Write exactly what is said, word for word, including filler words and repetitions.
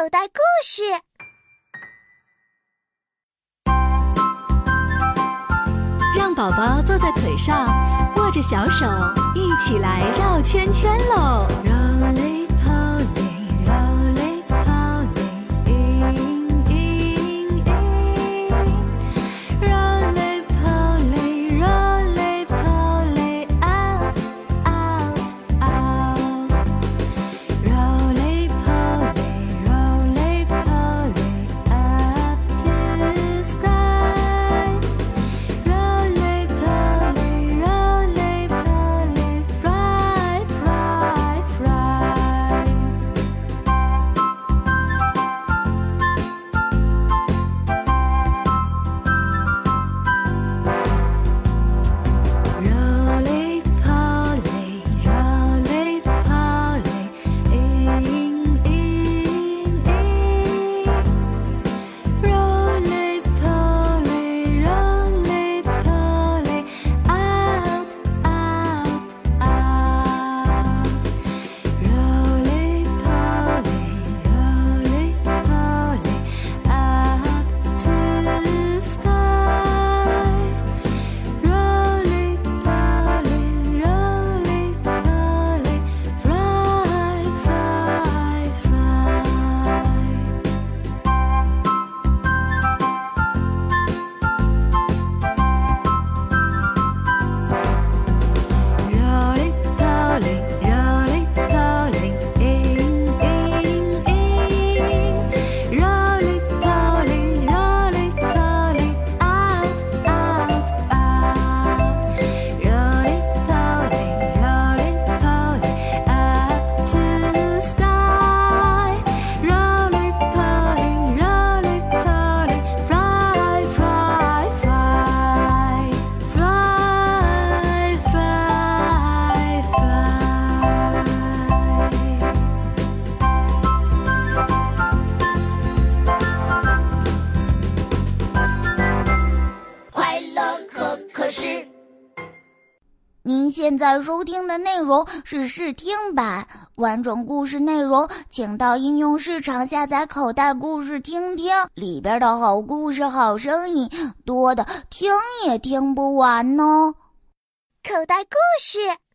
口袋故事。 让宝宝坐在腿上，握着小手，一起来绕圈圈喽！ 您现在收听的内容是试听版，完整故事内容请到应用市场下载口袋故事听听，里边的好故事好声音多的听也听不完呢。 口袋故事。